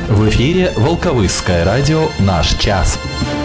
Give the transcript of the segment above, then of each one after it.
В эфире Волковысское радио «Наш час».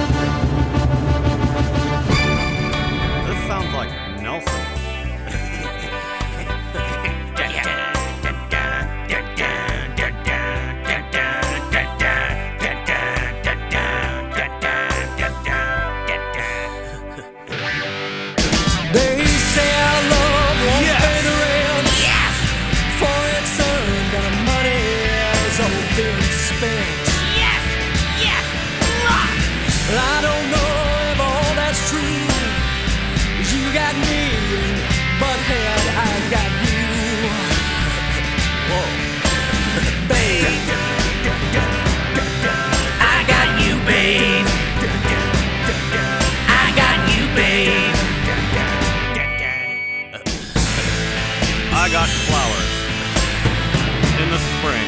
I got flowers in the spring.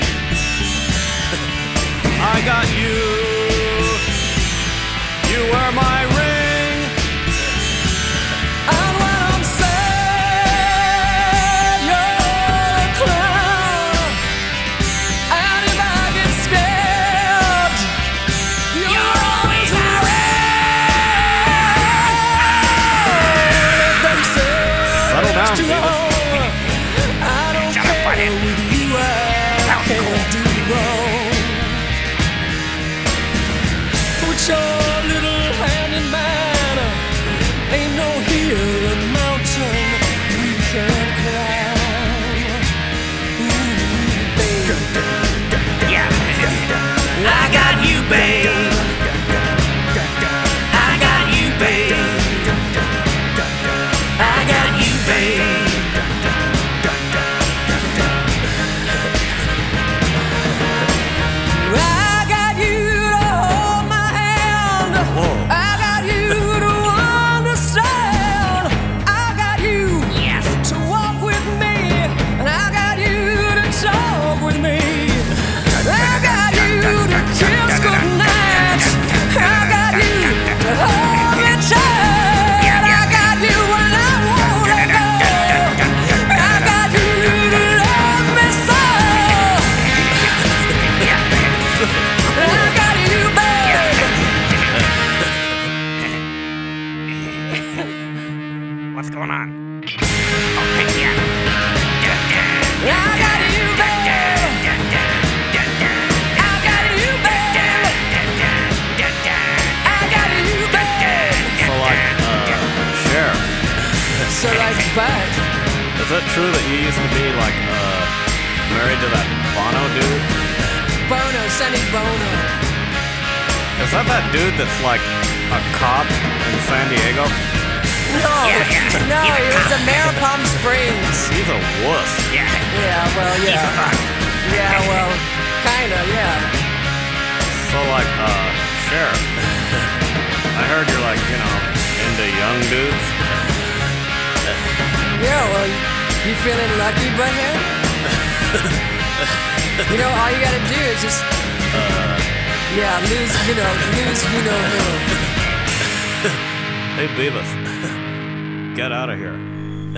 I got you. You were my ring. And when I'm sad, you're a clown. And if I get scared, you're always around. Settle down, Beavis. Your little hand in mine, ain't no hill or mountain we can't climb. Ooh, babe. Yeah. I got you, babe. I got you, babe. I got you, babe. What's going on? So like, but is it true that you used to be like married to that Bono dude? Bono, Sonny Bono. Is that dude that's like a cop in San Diego? No, no, he was a mayor of Palm Springs. He's a wuss. Yeah. Yeah, well, yeah. Yeah, well, kinda, yeah. So like, Sheriff, I heard you're like, into young dudes. Yeah, well, you feeling lucky, butthead? All you gotta do is just, lose who. Hey, Beavis, get out of here.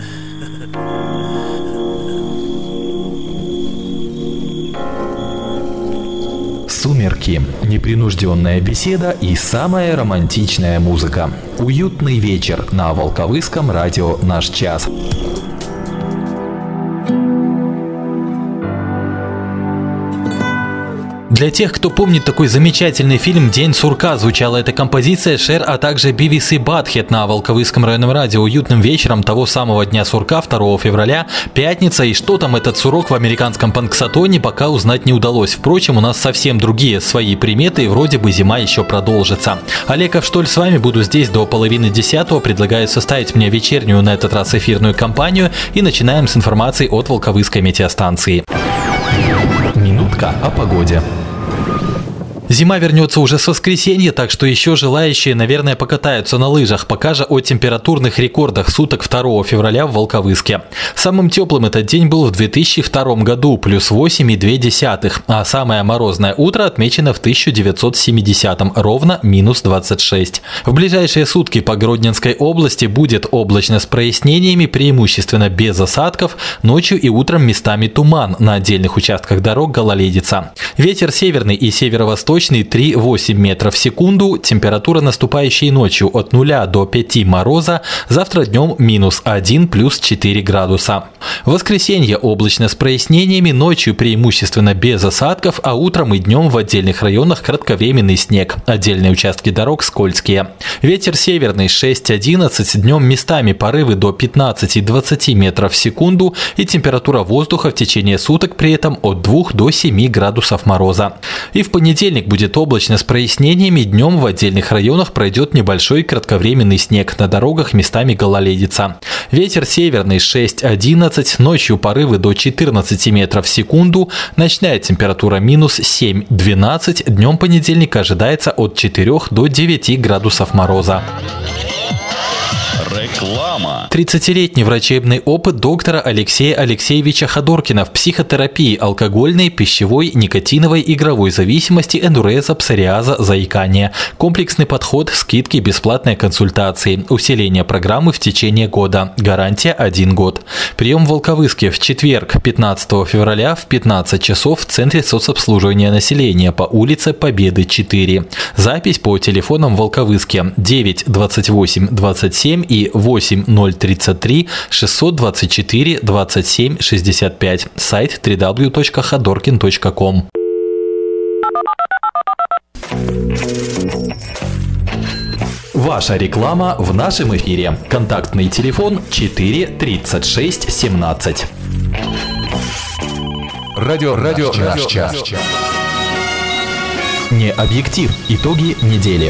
Сумерки, непринужденная беседа и самая романтичная музыка. Уютный вечер на Волковысском радио «Наш час». Для тех, кто помнит такой замечательный фильм «День сурка», звучала эта композиция Шер, а также Бивис и Батхед на Волковысском районном радио уютным вечером того самого дня сурка, 2 февраля, пятница, и что там этот сурок в американском панксатоне, пока узнать не удалось. Впрочем, у нас совсем другие свои приметы, и вроде бы зима еще продолжится. Олег Авштоль с вами, буду здесь до 9:30, предлагаю составить мне вечернюю, на этот раз эфирную кампанию, и начинаем с информации от Волковысской метеостанции. Минутка о погоде. Зима вернется уже с воскресенья, так что еще желающие, наверное, покатаются на лыжах, пока же о температурных рекордах суток 2 февраля в Волковыске. Самым теплым этот день был в 2002 году, плюс 8,2, а самое морозное утро отмечено в 1970, ровно минус 26. В ближайшие сутки по Гродненской области будет облачно с прояснениями, преимущественно без осадков, ночью и утром местами туман, на отдельных участках дорог гололедица. Ветер северный и северо-восточный 3,8 метров в секунду, температура наступающей ночью от 0 до 5 мороза, завтра днем минус 1 плюс 4 градуса. В воскресенье облачно с прояснениями, ночью преимущественно без осадков, а утром и днем в отдельных районах кратковременный снег, отдельные участки дорог скользкие. Ветер северный 6-11, днем местами порывы до 15-20 метров в секунду и температура воздуха в течение суток при этом от 2 до 7 градусов мороза. И в понедельник будет облачно с прояснениями, днем в отдельных районах пройдет небольшой кратковременный снег, на дорогах местами гололедица. Ветер северный 6-11, ночью порывы до 14 метров в секунду, ночная температура минус 7-12, днем понедельника ожидается от 4 до 9 градусов мороза. Реклама. 30-летний врачебный опыт доктора Алексея Алексеевича Ходоркина в психотерапии алкогольной, пищевой, никотиновой, игровой зависимости, эндуреза, псориаза, заикания. Комплексный подход, скидки, бесплатные консультации. Усиление программы в течение года. Гарантия 1 год. Прием в Волковыске в четверг, 15 февраля в 15 часов в Центре соцобслуживания населения по улице Победы 4. Запись по телефонам в Волковыске 9 28 27 и 8033 624 27 65. Сайт www.khodorkin.com. Ваша реклама в нашем эфире. Контактный телефон 4 36 17. Радио «Наш час». Не объектив. Итоги недели.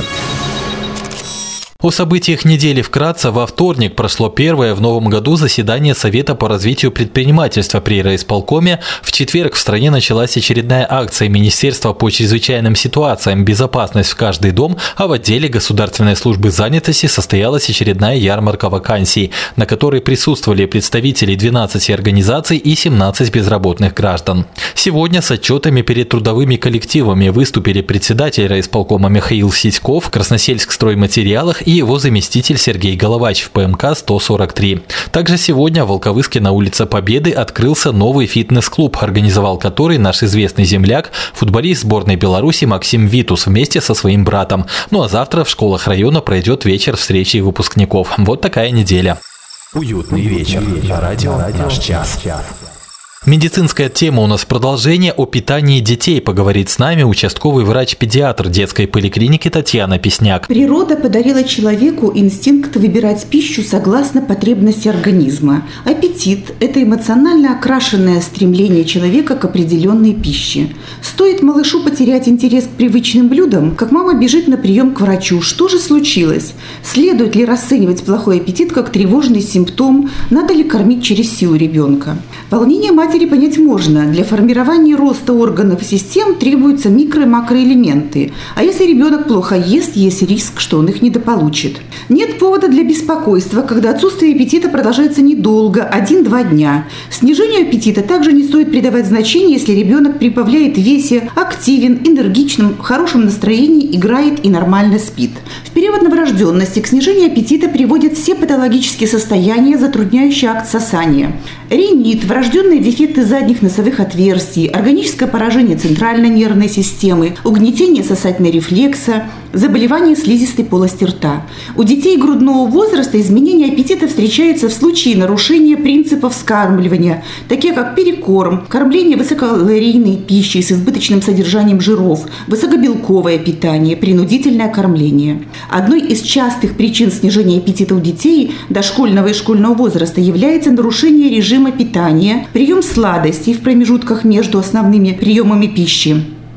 О событиях недели вкратце. Во вторник прошло первое в новом году заседание Совета по развитию предпринимательства при райисполкоме. В четверг в стране началась очередная акция Министерства по чрезвычайным ситуациям «Безопасность в каждый дом», а в отделе Государственной службы занятости состоялась очередная ярмарка вакансий, на которой присутствовали представители 12 организаций и 17 безработных граждан. Сегодня с отчетами перед трудовыми коллективами выступили председатель райисполкома Михаил Сидьков, Красносельск стройматериалах и его заместитель Сергей Головач в ПМК 143. Также сегодня в Волковыске на улице Победы открылся новый фитнес-клуб, организовал который наш известный земляк, футболист сборной Беларуси Максим Витус вместе со своим братом. Ну а завтра в школах района пройдет вечер встречи выпускников. Вот такая неделя. Уютный вечер. Радио «Наш час». Медицинская тема у нас продолжение. О питании детей поговорит с нами участковый врач-педиатр детской поликлиники Татьяна Песняк. Природа подарила человеку инстинкт выбирать пищу согласно потребности организма. Аппетит – это эмоционально окрашенное стремление человека к определенной пище. Стоит малышу потерять интерес к привычным блюдам, как мама бежит на прием к врачу. Что же случилось? Следует ли расценивать плохой аппетит как тревожный симптом? Надо ли кормить через силу ребенка? Волнение матери понять можно. Для формирования роста органов и систем требуются микро- и макроэлементы. А если ребенок плохо ест, есть риск, что он их недополучит. Нет повода для беспокойства, когда отсутствие аппетита продолжается недолго, 1-2 дня. Снижению аппетита также не стоит придавать значения, если ребенок прибавляет в весе, активен, энергичным, в хорошем настроении, играет и нормально спит. В период новорожденности к снижению аппетита приводят все патологические состояния, затрудняющие акт сосания. Ринит, врожденные дефекты задних носовых отверстий, органическое поражение центральной нервной системы, угнетение сосательного рефлекса, заболевания слизистой полости рта. У детей грудного возраста изменения аппетита встречаются в случае нарушения принципов вскармливания, такие как перекорм, кормление высококалорийной пищей с избыточным содержанием жиров, высокобелковое питание, принудительное кормление. Одной из частых причин снижения аппетита у детей дошкольного и школьного возраста является нарушение режима питания, прием сладостей в промежутках между основными приемами пищи.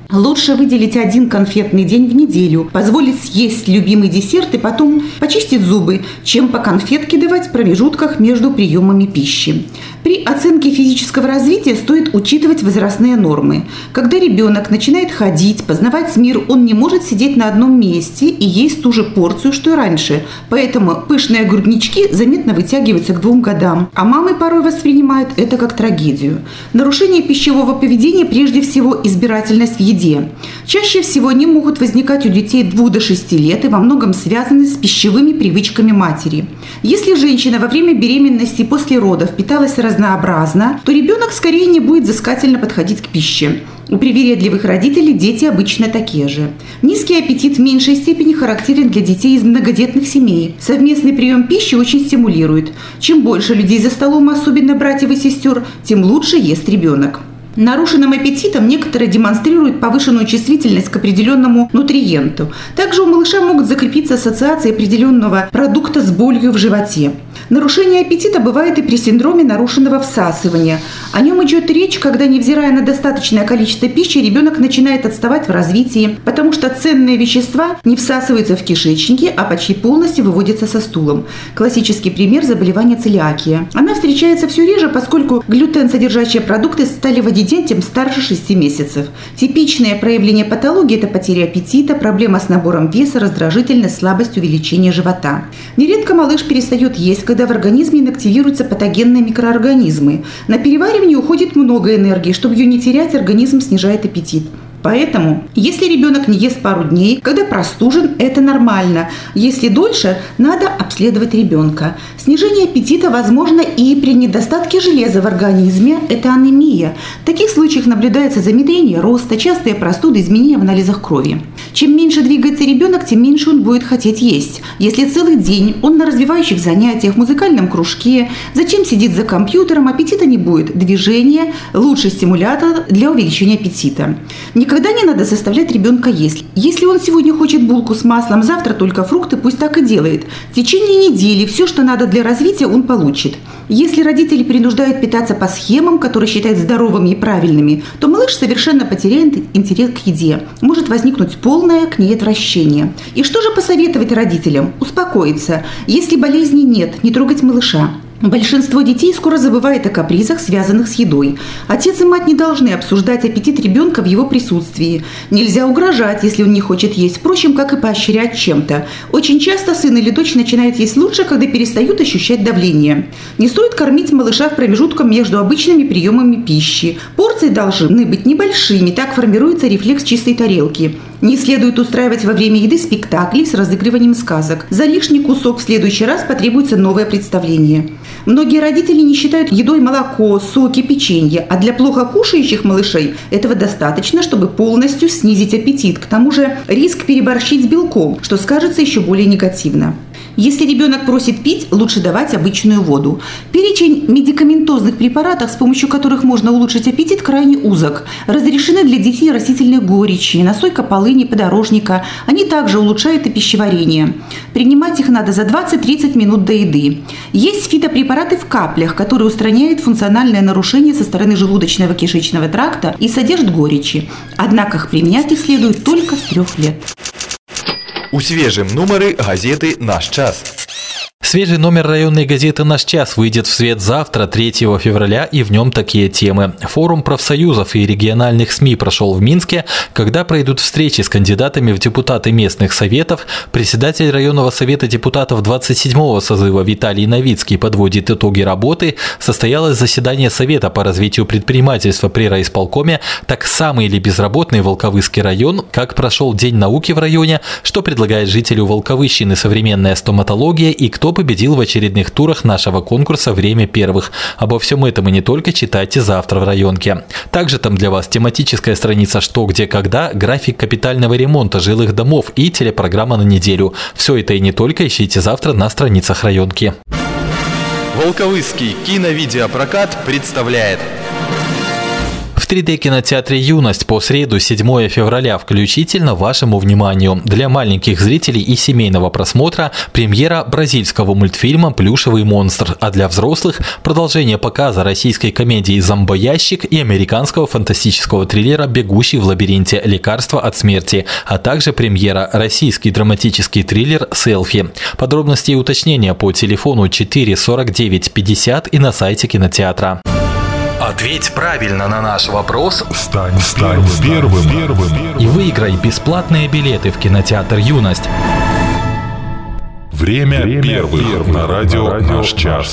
Лучше выделить один конфетный день в неделю, позволить съесть любимый десерт и потом почистить зубы, чем по конфетке давать в промежутках между приемами пищи. При оценке физического развития стоит учитывать возрастные нормы. Когда ребенок начинает ходить, познавать мир, он не может сидеть на одном месте и есть ту же порцию, что и раньше. Поэтому пышные груднички заметно вытягиваются к 2 годам, а мамы порой воспринимают это как трагедию. Нарушение пищевого поведения прежде всего избирательность в еде. Чаще всего они могут возникать у детей 2 до 6 лет и во многом связаны с пищевыми привычками матери. Если женщина во время беременности и после родов питалась разнообразно, то ребенок скорее не будет взыскательно подходить к пище. У привередливых родителей дети обычно такие же. Низкий аппетит в меньшей степени характерен для детей из многодетных семей. Совместный прием пищи очень стимулирует. Чем больше людей за столом, особенно братьев и сестер, тем лучше ест ребенок. Нарушенным аппетитом некоторые демонстрируют повышенную чувствительность к определенному нутриенту. Также у малыша могут закрепиться ассоциации определенного продукта с болью в животе. Нарушение аппетита бывает и при синдроме нарушенного всасывания. О нем идет речь, когда, невзирая на достаточное количество пищи, ребенок начинает отставать в развитии, потому что ценные вещества не всасываются в кишечнике, а почти полностью выводятся со стулом. Классический пример заболевания целиакия. Она встречается все реже, поскольку глютен-содержащие продукты стали вводить детям старше 6 месяцев. Типичное проявление патологии – это потеря аппетита, проблема с набором веса, раздражительность, слабость, увеличение живота. Нередко малыш перестает есть, когда в организме инактивируются патогенные микроорганизмы. На переваривание уходит много энергии. Чтобы ее не терять, организм снижает аппетит. Поэтому, если ребенок не ест пару дней, когда простужен, это нормально. Если дольше, надо обследовать ребенка. Снижение аппетита возможно и при недостатке железа в организме. Это анемия. В таких случаях наблюдается замедление роста, частые простуды, изменения в анализах крови. Чем меньше двигается ребенок, тем меньше он будет хотеть есть. Если целый день он на развивающих занятиях, в музыкальном кружке, зачем сидит за компьютером, аппетита не будет. Движение – лучший стимулятор для увеличения аппетита. Никогда не надо заставлять ребенка есть. Если он сегодня хочет булку с маслом, завтра только фрукты, пусть так и делает. В течение недели все, что надо для развития, он получит. Если родители принуждают питаться по схемам, которые считают здоровыми и правильными, то малыш совершенно потеряет интерес к еде. Может возникнуть полное к ней отвращение. И что же посоветовать родителям? Успокоиться. Если болезни нет, не трогать малыша. Большинство детей скоро забывает о капризах, связанных с едой. Отец и мать не должны обсуждать аппетит ребенка в его присутствии. Нельзя угрожать, если он не хочет есть, впрочем, как и поощрять чем-то. Очень часто сын или дочь начинают есть лучше, когда перестают ощущать давление. Не стоит кормить малыша в промежутках между обычными приемами пищи. Порции должны быть небольшими, так формируется рефлекс чистой тарелки. Не следует устраивать во время еды спектакли с разыгрыванием сказок. За лишний кусок в следующий раз потребуется новое представление. Многие родители не считают едой молоко, соки, печенье, а для плохо кушающих малышей этого достаточно, чтобы полностью снизить аппетит. К тому же риск переборщить с белком, что скажется еще более негативно. Если ребенок просит пить, лучше давать обычную воду. Перечень медикаментозных препаратов, с помощью которых можно улучшить аппетит, крайне узок. Разрешены для детей растительные горечи, настойка полыни, подорожника. Они также улучшают и пищеварение. Принимать их надо за 20-30 минут до еды. Есть фитопрепараты в каплях, которые устраняют функциональное нарушение со стороны желудочного кишечного тракта и содержат горечи. Однако применять их следует только с 3 лет. У свежем номеры газеты «Наш час». Свежий номер районной газеты «Наш час» выйдет в свет завтра, 3 февраля, и в нем такие темы. Форум профсоюзов и региональных СМИ прошел в Минске, когда пройдут встречи с кандидатами в депутаты местных советов. Председатель районного совета депутатов 27-го созыва Виталий Новицкий подводит итоги работы. Состоялось заседание Совета по развитию предпринимательства при райисполкоме. Так, самый ли безработный Волковыский район, как прошел День науки в районе, что предлагает жителю Волковыщины современная стоматология и кто победил в очередных турах нашего конкурса «Время первых». Обо всем этом и не только читайте завтра в районке. Также там для вас тематическая страница «Что, где, когда», график капитального ремонта жилых домов и телепрограмма на неделю. Все это и не только ищите завтра на страницах районки. Волковыский киновидеопрокат представляет. В В 3D-кинотеатре «Юность» по среду 7 февраля включительно вашему вниманию. Для маленьких зрителей и семейного просмотра премьера бразильского мультфильма «Плюшевый монстр», а для взрослых – продолжение показа российской комедии «Зомбоящик» и американского фантастического триллера «Бегущий в лабиринте. Лекарство от смерти», а также премьера российский драматический триллер «Селфи». Подробности и уточнения по телефону 4 49 50 и на сайте кинотеатра. Ответь правильно на наш вопрос, Стань первым. и выиграй бесплатные билеты в кинотеатр «Юность». Время первых на радио «Наш час».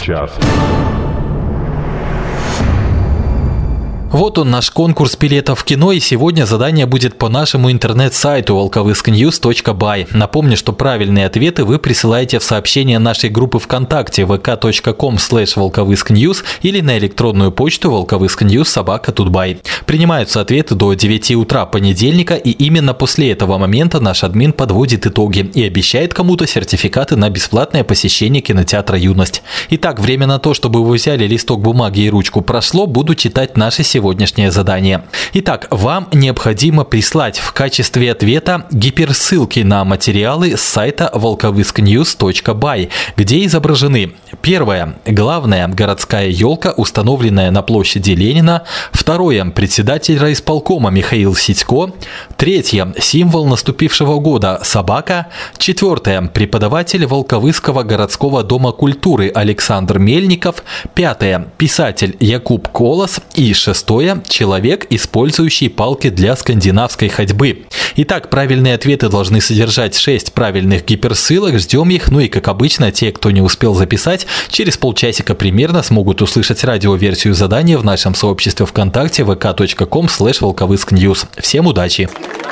Вот он, наш конкурс билетов в кино, и сегодня задание будет по нашему интернет-сайту volkovysknews.by. Напомню, что правильные ответы вы присылаете в сообщение нашей группы ВКонтакте vk.com/volkovysknews или на электронную почту volkovysknews@tutbay. Принимаются ответы до 9 утра понедельника, и именно после этого момента наш админ подводит итоги и обещает кому-то сертификаты на бесплатное посещение кинотеатра «Юность». Итак, время на то, чтобы вы взяли листок бумаги и ручку, прошло. Буду читать наши сегодняшнее задание. Итак, вам необходимо прислать в качестве ответа гиперссылки на материалы с сайта volkovysknews.by, где изображены: первое – главная городская елка, установленная на площади Ленина; второе – председатель райисполкома Михаил Сидько; третье – символ наступившего года – собака; четвертое – преподаватель Волковыского городского дома культуры Александр Мельников; пятое – писатель Якуб Колос; и шестое – человек, использующий палки для скандинавской ходьбы. Итак, правильные ответы должны содержать 6 правильных гиперссылок. Ждем их. Ну и, как обычно, те, кто не успел записать, через полчасика примерно смогут услышать радиоверсию задания в нашем сообществе ВКонтакте vk.com/volkovysknews. Всем удачи!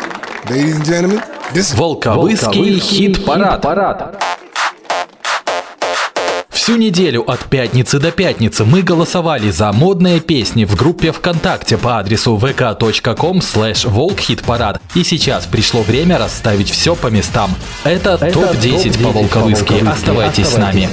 Волковыский хит-парад. Всю неделю от пятницы до пятницы мы голосовали за модные песни в группе ВКонтакте по адресу vk.com/volkhitparad. И сейчас пришло время расставить все по местам. Это топ-10 по-волковыски. Оставайтесь с нами.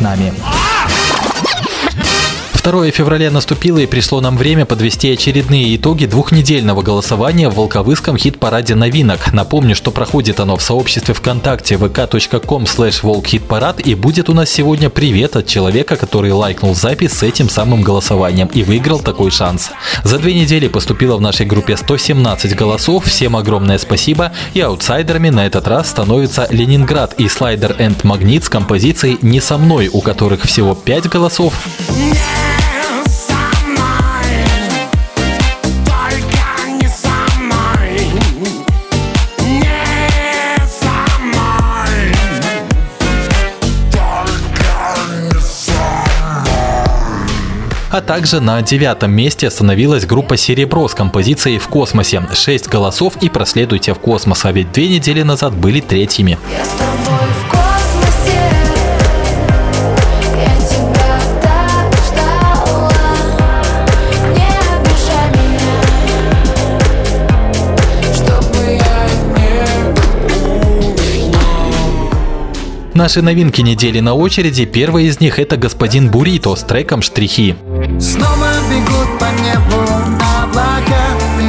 2 февраля наступило, и пришло нам время подвести очередные итоги двухнедельного голосования в Волковыском хит-параде новинок. Напомню, что проходит оно в сообществе ВКонтакте vk.com/volkhitparad, и будет у нас сегодня привет от человека, который лайкнул запись с этим самым голосованием и выиграл такой шанс. За 2 недели поступило в нашей группе 117 голосов, всем огромное спасибо, и аутсайдерами на этот раз становятся Ленинград и Слайдер энд Магнит с композицией «Не со мной», у которых всего 5 голосов. А также на 9-м месте остановилась группа «Серебро» с композицией «В космосе». 6 голосов и «Проследуйте в космос», а ведь 2 недели назад были 3-ми. Я с тобой в космосе, я тебя так ждала, не обижай меня, чтобы я не ушла. Наши новинки недели на очереди. Первая из них – это господин Бурито с треком «Штрихи». Снова бегут по небу облака,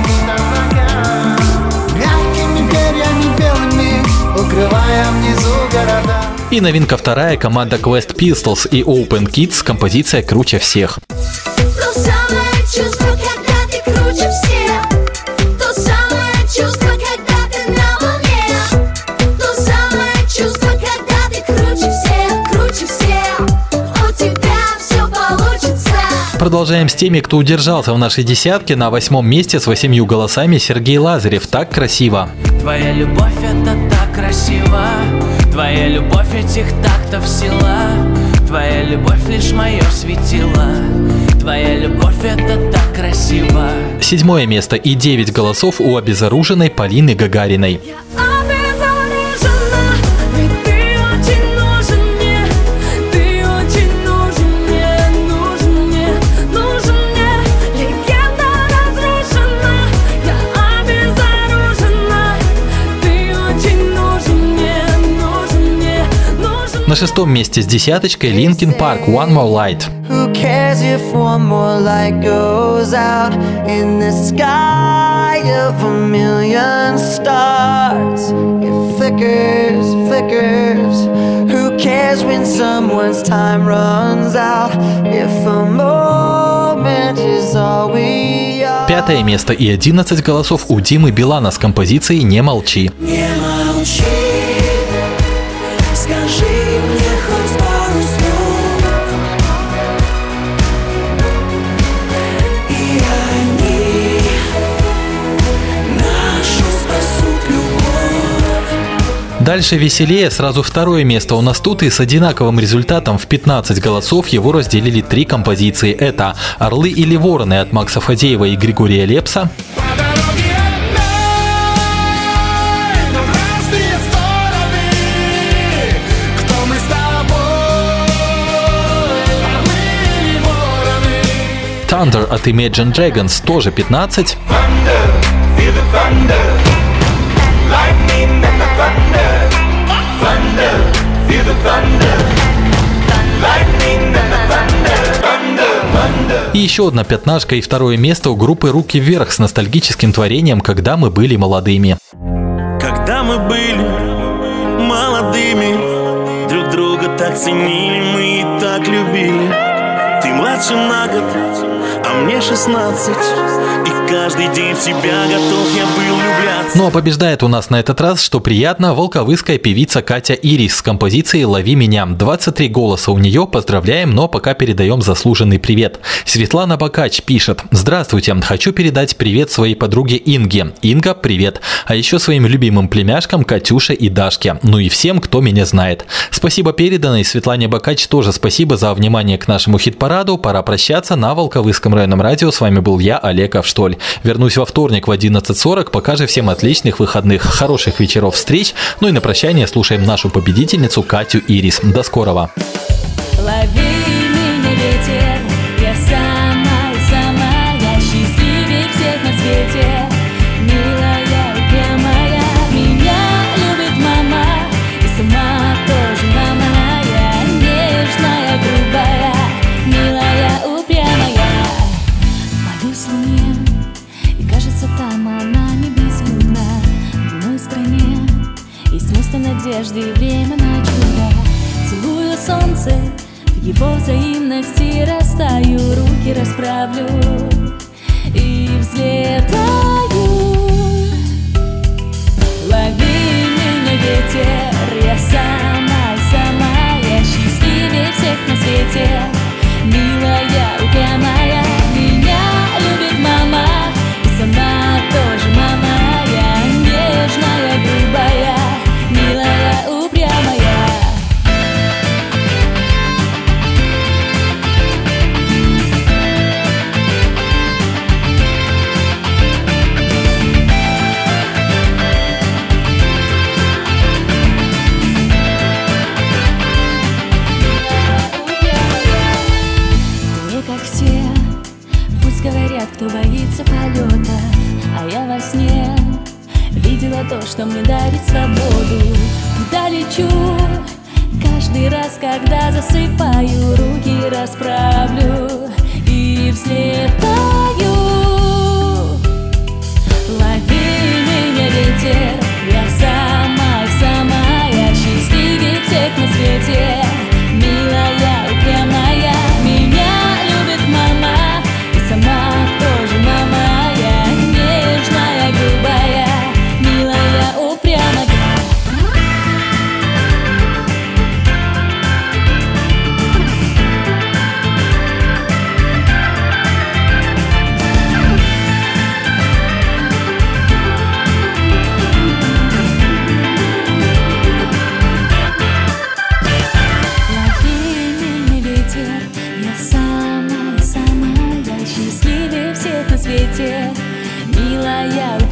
мягкими перьями белыми, укрывая внизу города. И новинка вторая – команда Quest Pistols и Open Kids, композиция «Круче всех». То самое чувство, когда ты круче всех. То самое чувство, когда ты на волне. То самое чувство, когда ты круче всех, круче всех. У тебя все получится. Продолжаем с теми, кто удержался в нашей десятке. На 8-м месте с 8 голосами Сергей Лазарев «Так красиво». Твоя любовь — это так красиво, твоя любовь этих тактов сила, твоя любовь лишь мое светило, твоя любовь — это так красиво. 7-е место и 9 голосов у обезоруженной Полины Гагариной. Обезоружена, ведь ты очень нужен мне. Ты очень нужен мне, нужен мне, нужен мне. Легенда разрушена, я обезоружена. Ты очень нужен мне, нужен мне, нужен. На 6-м месте с десяточкой Linkin Park «One More Light». Who cares if one more light goes out in the sky of a million stars? It flickers, flickers. Who cares when someone's time runs out? If a moment is all we are. 5-е место и 11 голосов у Димы Билана с композицией «Не молчи». Не молчи, скажи мне хоть пару слов, и они нашу спасут любовь. Дальше веселее, сразу 2-е место у нас тут, и с одинаковым результатом в 15 голосов его разделили 3 композиции. Это «Орлы или вороны» от Макса Фадеева и Григория Лепса, «Thunder» от Imagine Dragons, тоже 15, и еще одна пятнашка и 2-е место у группы «Руки вверх» с ностальгическим творением «Когда мы были молодыми». Когда мы были молодыми, друг друга так ценили, мы и так любили. Ты младше на год, а мне 16, и каждый день в тебя готов я был влюбляться. Ну а побеждает у нас на этот раз, что приятно, волковыская певица Катя Ирис с композицией «Лови меня». 23 голоса у нее, поздравляем, но пока передаем заслуженный привет. Светлана Бакач пишет: «Здравствуйте, хочу передать привет своей подруге Инге. Инга, привет. А еще своим любимым племяшкам Катюше и Дашке. Ну и всем, кто меня знает. Спасибо переданной. Светлане Бакач тоже спасибо за внимание к нашему хит-параду. Пора прощаться. На Волковыском районном радио с вами был я, Олег Авштоль. Вернусь во вторник в 11:40. Пока же всем отличных выходных, хороших вечеров, встреч. Ну и на прощание слушаем нашу победительницу Катю Ирис. До скорого. Лови меня, ветер, я самая счастливее всех на свете. Милая, упрямая, меня любит мама, и сама тоже мама. Я нежная, грубая, милая, упрямая. Молюсь луне, и кажется, там она не безлюдна. В одной стране есть место надежды, время на чудо. Целую солнце, в его взаимности растаю, руки расправлю и взлетаю. Лови меня, ветер, я самая счастливее всех на свете. Милая, упрямая, меня любит мама, и сама тоже мама. Я нежная, грубая, милая, упрямая. Говорят, кто боится полета, а я во сне видела то, что мне дарит свободу. Туда лечу каждый раз, когда засыпаю, руки расправлю и взлетаю. Лови меня, ветер, я самая счастливее всех на свете. Милая, упрямая, меня любит мама, сама тоже мама. Я нежная, грубая, милая, упрямая. Лови меня, ветер, я самая счастливее всех на свете. Милая,